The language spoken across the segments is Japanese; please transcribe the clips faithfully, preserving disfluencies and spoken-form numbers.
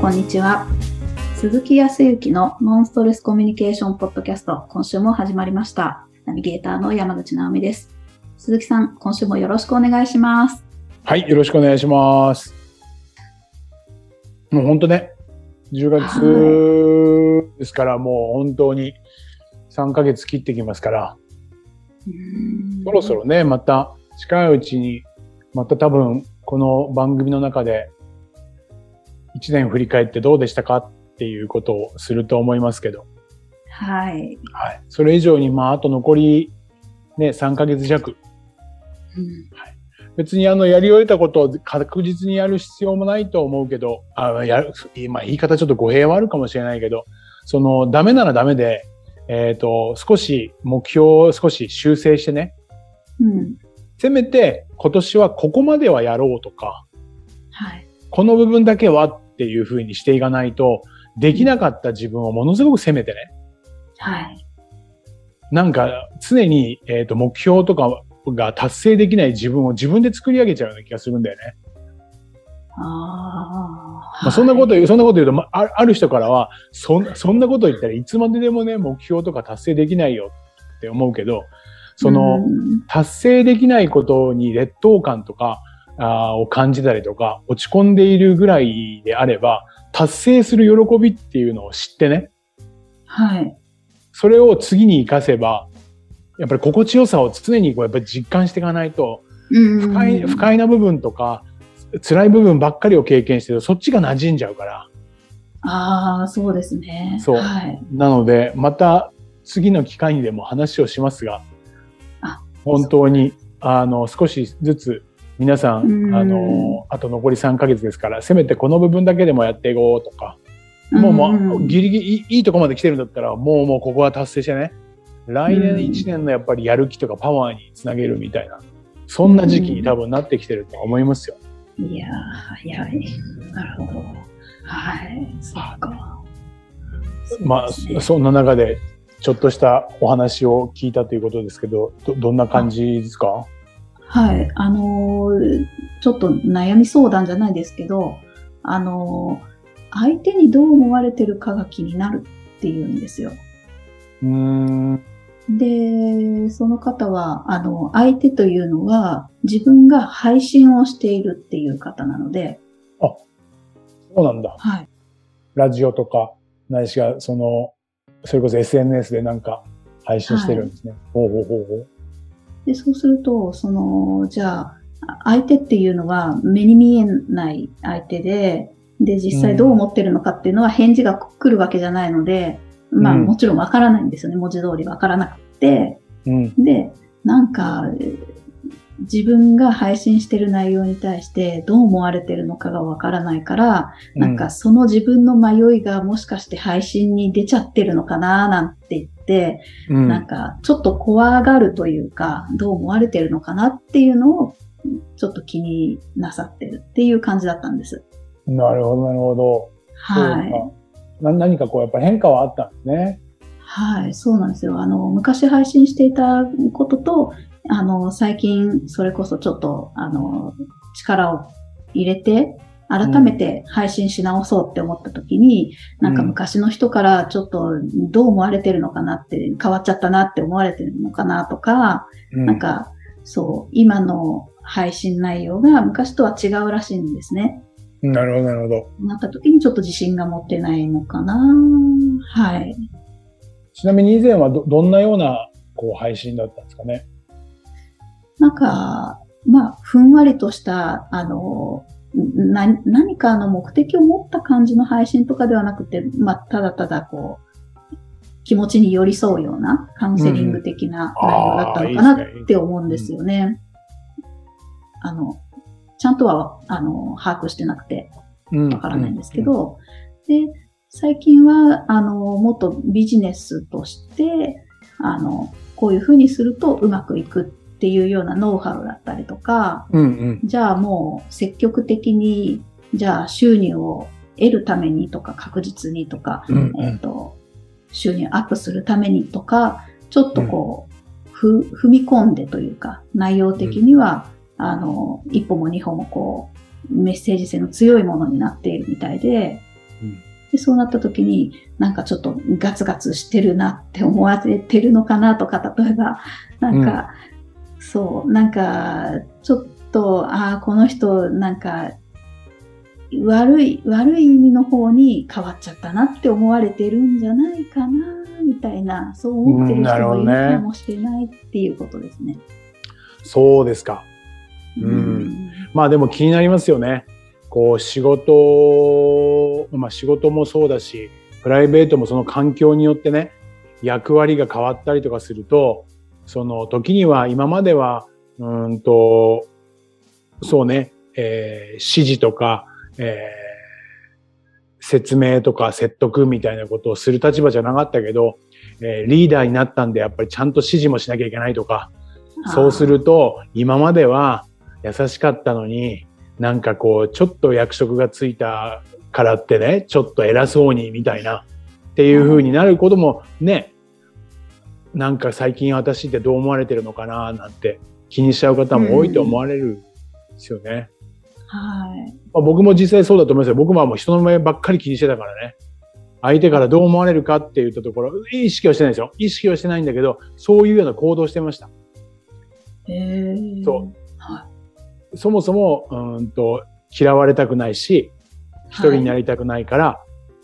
こんにちは。鈴木康之のノンストレスコミュニケーションポッドキャスト、今週も始まりました。ナビゲーターの山口直美です。鈴木さん、今週もよろしくお願いします。 はい、よろしくお願いします。もう本当ね、じゅうがつですから、もう本当にさんかげつ切ってきますから、 うーんそろそろね、また近いうちに、また多分この番組の中でいちねん振り返ってどうでしたかっていうことをすると思いますけど、 はい。 はい。それ以上に、まあ、あと残りね、さんかげつ弱。 うんはい、別にあの、やり終えたことを確実にやる必要もないと思うけど、あやる、まあ、言い方ちょっと語弊はあるかもしれないけど、その、ダメならダメで、えっと、少し目標を少し修正してね、 うんせめて今年はここまではやろうとか、 はい、 この部分だけはっていう風にしていかないと、できなかった自分をものすごく責めてね。 はい。 なんか常に、えっと、目標とかが達成できない自分を自分で作り上げちゃうような気がするんだよね。 ああ、 まあ、そんなこと言う、そんなこと言うと、まあ、ある人からは、そん、そんなこと言ったらいつまででもね、目標とか達成できないよって思うけど、その、達成できないことに劣等感とか、あを感じたりとか、落ち込んでいるぐらいであれば、達成する喜びっていうのを知ってね。 はい。 それを次に活かせば、やっぱり心地よさを常にこうやっぱり実感していかないと、不快、不快な部分とか、辛い部分ばっかりを経験してると、そっちが馴染んじゃうから。 ああ、そうですね。 そう。 はい、 なので、また次の機会にでも話をしますが、 あ本当に、あの、少しずつ皆さん、あの、あと残りさんかげつですから、せめてこの部分だけでもやっていこうとか、もうもう、ギリギリいいとこまで来てるんだったら、もうもうここは達成してね、来年いちねんのやっぱりやる気とかパワーにつなげるみたいな、そんな時期に多分なってきてると思いますよ。 いやー、早い。なるほど。はい。そっか。 まあ、そんな中で、ちょっとしたお話を聞いたということですけど、ど、どんな感じですか？ はい。あのー、ちょっと悩み相談じゃないですけど、あのー、相手にどう思われてるかが気になるっていうんですよ。 うーん。 で、その方は、あの、相手というのは自分が配信をしているっていう方なので。 あ、そうなんだ。 はい。 ラジオとか、ないしが、その、それこそ エスエヌエス でなんか配信してるんですね。はい、ほうほうほうほう。 で、そうすると、その、じゃあ、相手っていうのは目に見えない相手で、で、実際どう思ってるのかっていうのは返事が来るわけじゃないので、うん、まあもちろんわからないんですよね。文字通りわからなくて。うん、で、なんか、自分が配信してる内容に対してどう思われてるのかがわからないから、うん、なんかその自分の迷いがもしかして配信に出ちゃってるのかななんて言って、うん、なんかちょっと怖がるというか、どう思われてるのかなっていうのをちょっと気になさってるっていう感じだったんです。 なるほど、なるほど。 はい。 な何かこうやっぱ変化はあったんですね。 はい、そうなんですよ。あの、昔配信していたことと、あの、最近、それこそちょっと、あの、力を入れて、改めて配信し直そうって思った時に、うん、なんか昔の人からちょっとどう思われてるのかなって、変わっちゃったなって思われてるのかなとか、うん、なんか、そう、今の配信内容が昔とは違うらしいんですね。 なるほど、なるほど。 なった時にちょっと自信が持ってないのかな。はい。 ちなみに以前は ど, どんなようなこう配信だったんですかね。 なんか、まあ、ふんわりとした、あの、な、何かの目的を持った感じの配信とかではなくて、まあ、ただただこう、気持ちに寄り添うようなカウンセリング的な内容だったのかなって思うんですよね。あの、ちゃんとは、あの、把握してなくて、わからないんですけど、で、最近は、あの、もっとビジネスとして、あの、こういうふうにするとうまくいくっていうようなノウハウだったりとか、うんうん、じゃあもう積極的に、じゃあ収入を得るためにとか確実にとか、うんうん、えっと、収入アップするためにとか、ちょっとこう、うん、ふ踏み込んでというか、内容的には、うん、あの、一歩も二歩もこう、メッセージ性の強いものになっているみたいで、 で、そうなった時に、なんかちょっとガツガツしてるなって思われてるのかなとか、例えば、なんか、うん、そう、なんか、ちょっと、ああ、この人、なんか、悪い、悪い意味の方に変わっちゃったなって思われてるんじゃないかな、みたいな、そう思ってる人もいるかもしれないっていうことですね。 うん、そうですか。うん。うん、まあでも気になりますよね。こう仕事、まあ仕事もそうだし、プライベートもその環境によってね、役割が変わったりとかすると、その時には今までは、うんと、そうね、えー、指示とか、えー、説明とか説得みたいなことをする立場じゃなかったけど、えー、リーダーになったんでやっぱりちゃんと指示もしなきゃいけないとか、そうすると今までは優しかったのに、なんかこうちょっと役職がついたからってね、ちょっと偉そうにみたいなっていう風になることもね、なんか最近私ってどう思われてるのかななんて気にしちゃう方も多いと思われるんですよね。 はい。 まあ、僕も実際そうだと思いますよ。僕はもう人の目ばっかり気にしてたからね。相手からどう思われるかって言ったところ、意識はしてないですよ。意識はしてないんだけど、そういうような行動をしてました。 へー。 そう。 はい。 そもそも、うんと、嫌われたくないし、一人になりたくないから、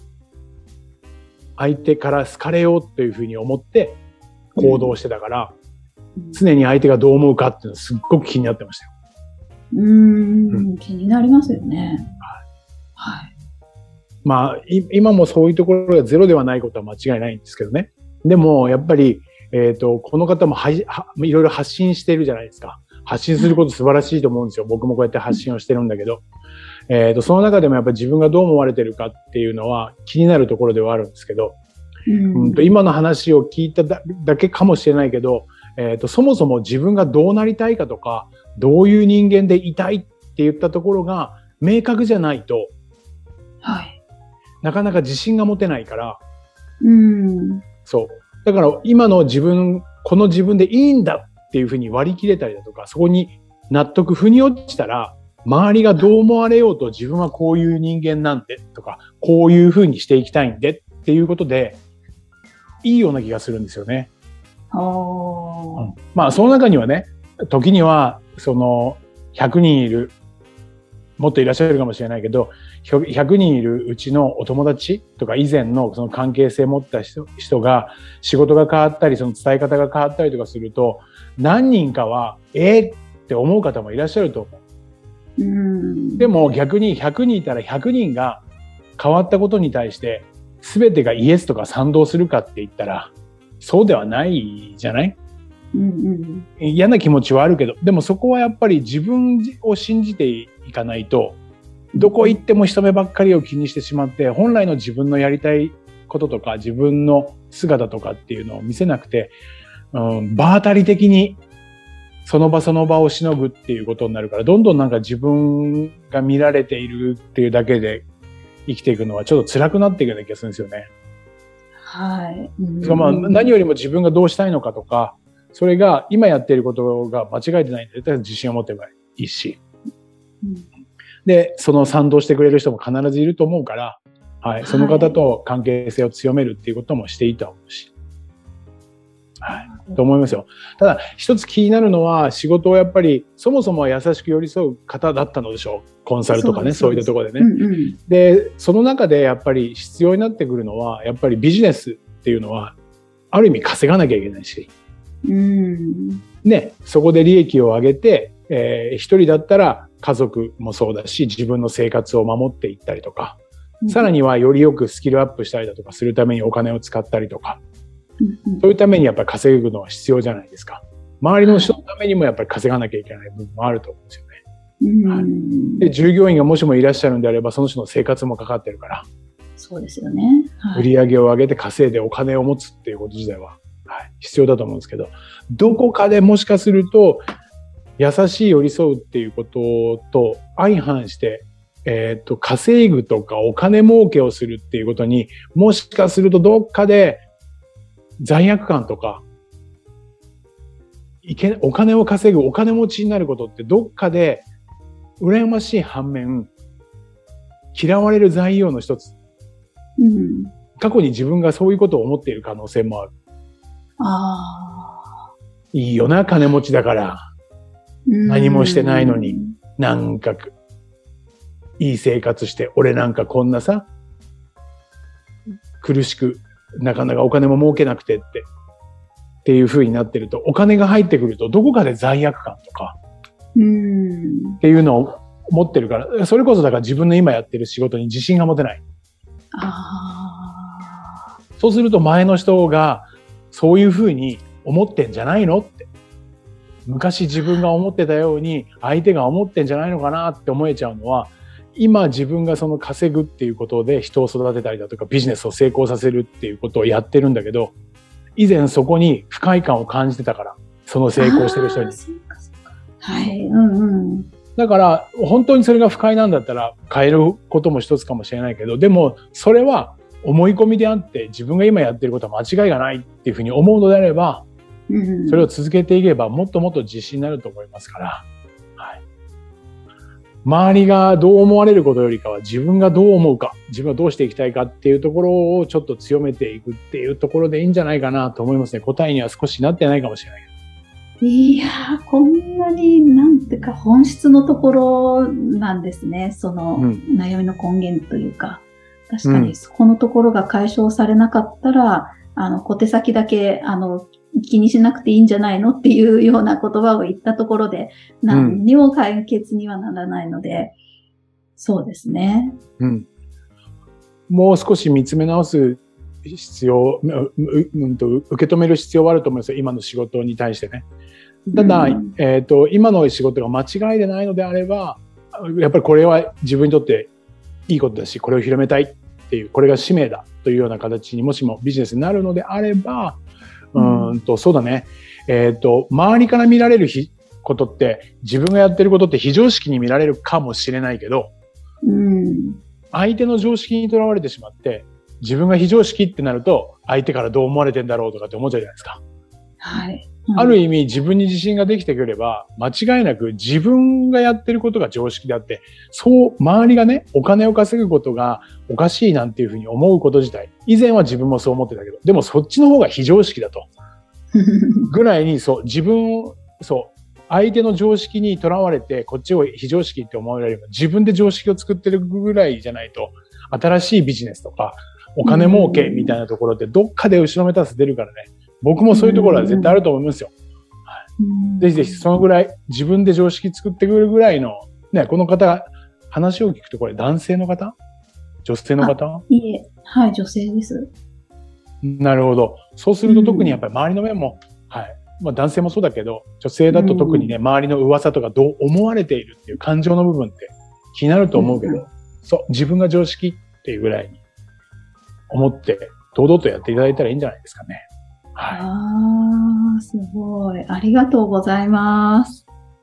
はい、相手から好かれようっていうふうに思って行動してたから、うん、常に相手がどう思うかっていうのはすっごく気になってましたよ。 うーん、うん、気になりますよね。はい。はい。 まあ、今もそういうところがゼロではないことは間違いないんですけどね。でも、やっぱり、えっと、この方もは、は、いろいろ発信しているじゃないですか。発信すること素晴らしいと思うんですよ。僕もこうやって発信をしてるんだけど。えっと、その中でもやっぱり自分がどう思われてるかっていうのは気になるところではあるんですけど、うん、うんと今の話を聞いただけかもしれないけど、えっと、そもそも自分がどうなりたいかとか、どういう人間でいたいって言ったところが明確じゃないと、 はい。 なかなか自信が持てないから、 うん。 そう。だから今の自分、この自分でいいんだっていうふうに割り切れたりだとか、そこに納得、腑に落ちたら、周りがどう思われようと自分はこういう人間なんでとか、こういうふうにしていきたいんでっていうことで、いいような気がするんですよね。 おー。 うん、まあその中にはね、時にはそのひゃくにんいる、もっといらっしゃるかもしれないけど、ひゃくにんいるうちのお友達とか以前のその関係性を持った人、人が仕事が変わったり、その伝え方が変わったりとかすると、何人かは、えーって思う方もいらっしゃると思う。 うん、 でも逆にひゃくにんいたらひゃくにんが変わったことに対して全てがイエスとか賛同するかって言ったらそうではないじゃない、 うんうん、 嫌な気持ちはあるけど、でもそこはやっぱり自分を信じていかないと、どこ行っても人目ばっかりを気にしてしまって本来の自分のやりたいこととか自分の姿とかっていうのを見せなくて、うん、場当たり的にその場その場をしのぐっていうことになるから、どんどんなんか自分が見られているっていうだけで生きていくのはちょっと辛くなっていくような気がするんですよね。 はい。うん、 まあ何よりも自分がどうしたいのかとか、それが今やっていることが間違えてないんで、絶対自信を持ってばいいし、うん、で、その賛同してくれる人も必ずいると思うから、はい、その方と関係性を強めるっていうこともしていいと思うし。はい、と思いますよ。ただ一つ気になるのは、仕事をやっぱりそもそもは優しく寄り添う方だったのでしょう。コンサルとかね、そういったところでね、うんうん。で、その中でやっぱり必要になってくるのは、やっぱりビジネスっていうのはある意味稼がなきゃいけないし、 うん、 ね、そこで利益を上げて、えー、一人だったら家族もそうだし、自分の生活を守っていったりとか、うん、さらにはよりよくスキルアップしたりだとかするためにお金を使ったりとか。そういうためにやっぱり稼ぐのは必要じゃないですか。周りの人のためにもやっぱり稼がなきゃいけない部分もあると思うんですよね。はい、で、従業員がもしもいらっしゃるんであれば、その人の生活もかかってるから。 そうですよね。 はい、売り上げを上げて稼いでお金を持つっていうこと自体は、はい、必要だと思うんですけど、どこかでもしかすると、優しい寄り添うっていうことと相反して、えっと、稼ぐとかお金儲けをするっていうことにもしかするとどっかで罪悪感とか、いけ、お金を稼ぐ、お金持ちになることってどっかで羨ましい反面、嫌われる材料の一つうん、 過去に自分がそういうことを思っている可能性もある。 あいいよな、金持ちだから。何もしてないのに、なんか、いい生活して、俺なんかこんなさ、苦しく、なかなかお金も儲けなくてって、っていう風になってると、お金が入ってくると、どこかで罪悪感とか、 うんっていうのを持ってるから、それこそだから自分の今やってる仕事に自信が持てない。 あそうすると前の人が、そういう風に思ってんじゃないのって。昔自分が思ってたように相手が思ってんじゃないのかなって思えちゃうのは、今自分がその稼ぐっていうことで人を育てたりだとかビジネスを成功させるっていうことをやってるんだけど、以前そこに不快感を感じてたから、その成功してる人に。 はい、うんうん。 だから本当にそれが不快なんだったら変えることも一つかもしれないけど、でもそれは思い込みであって自分が今やってることは間違いがないっていうふうに思うのであれば、それを続けていけばもっともっと自信になると思いますから、はい、周りがどう思われることよりかは自分がどう思うか、自分はどうしていきたいかっていうところをちょっと強めていくっていうところでいいんじゃないかなと思いますね。答えには少しなってないかもしれないけど。 いやー、こんなになんていうか本質のところなんですね。その悩みの根源というか、うん、確かにそこのところが解消されなかったら、あの小手先だけあの気にしなくていいんじゃないのっていうような言葉を言ったところで何にも解決にはならないので、うん、そうですね、 うん。もう少し見つめ直す必要、う、うん、と受け止める必要はあると思いますよ。今の仕事に対してね。ただ、うん、えっと、今の仕事が間違いでないのであれば、やっぱりこれは自分にとっていいことだし、これを広めたいっていう、これが使命だというような形にもしもビジネスになるのであれば、うんと、そうだね。えっと、周りから見られることって、自分がやってることって非常識に見られるかもしれないけど、 うん、 相手の常識にとらわれてしまって、自分が非常識ってなると、相手からどう思われてんだろうとかって思っちゃうじゃないですか。 はい。うん、 ある意味、自分に自信ができてくれば、間違いなく自分がやってることが常識であって、そう、周りがね、お金を稼ぐことがおかしいなんていうふうに思うこと自体、以前は自分もそう思ってたけど、でもそっちの方が非常識だと。ぐらいに、そう、自分を、そう、相手の常識にとらわれて、こっちを非常識って思われるよりも、自分で常識を作ってるぐらいじゃないと、新しいビジネスとか、お金儲けみたいなところってどっかで後ろめたさ出るからね。僕もそういうところは絶対あると思いますよ。はい、ぜひぜひそのぐらい自分で常識作ってくるぐらいの、ね、この方、話を聞くとこれ男性の方？女性の方？ いいえ、はい、女性です。 なるほど。そうすると特にやっぱり周りの目も、はい。まあ男性もそうだけど、女性だと特にね、周りの噂とかどう思われているっていう感情の部分って気になると思うけど、そう、自分が常識っていうぐらいに思って、堂々とやっていただいたらいいんじゃないですかね。はい。 ああ、すごい。ありがとうございます。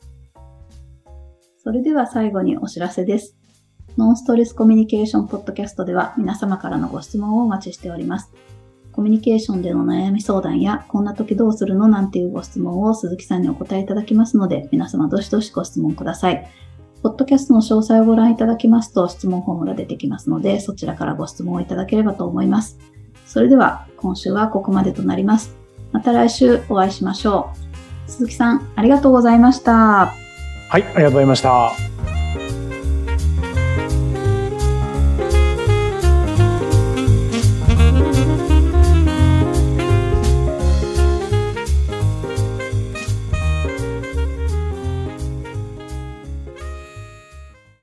それでは最後にお知らせです。ノンストレスコミュニケーションポッドキャストでは皆様からのご質問をお待ちしております。コミュニケーションでの悩み相談や、こんな時どうするのなんていうご質問を鈴木さんにお答えいただきますので、皆様どしどしご質問ください。ポッドキャストの詳細をご覧いただきますと質問フォームが出てきますので、そちらからご質問をいただければと思います。それでは今週はここまでとなります。また来週お会いしましょう。鈴木さん、ありがとうございました。 はい、ありがとうございました。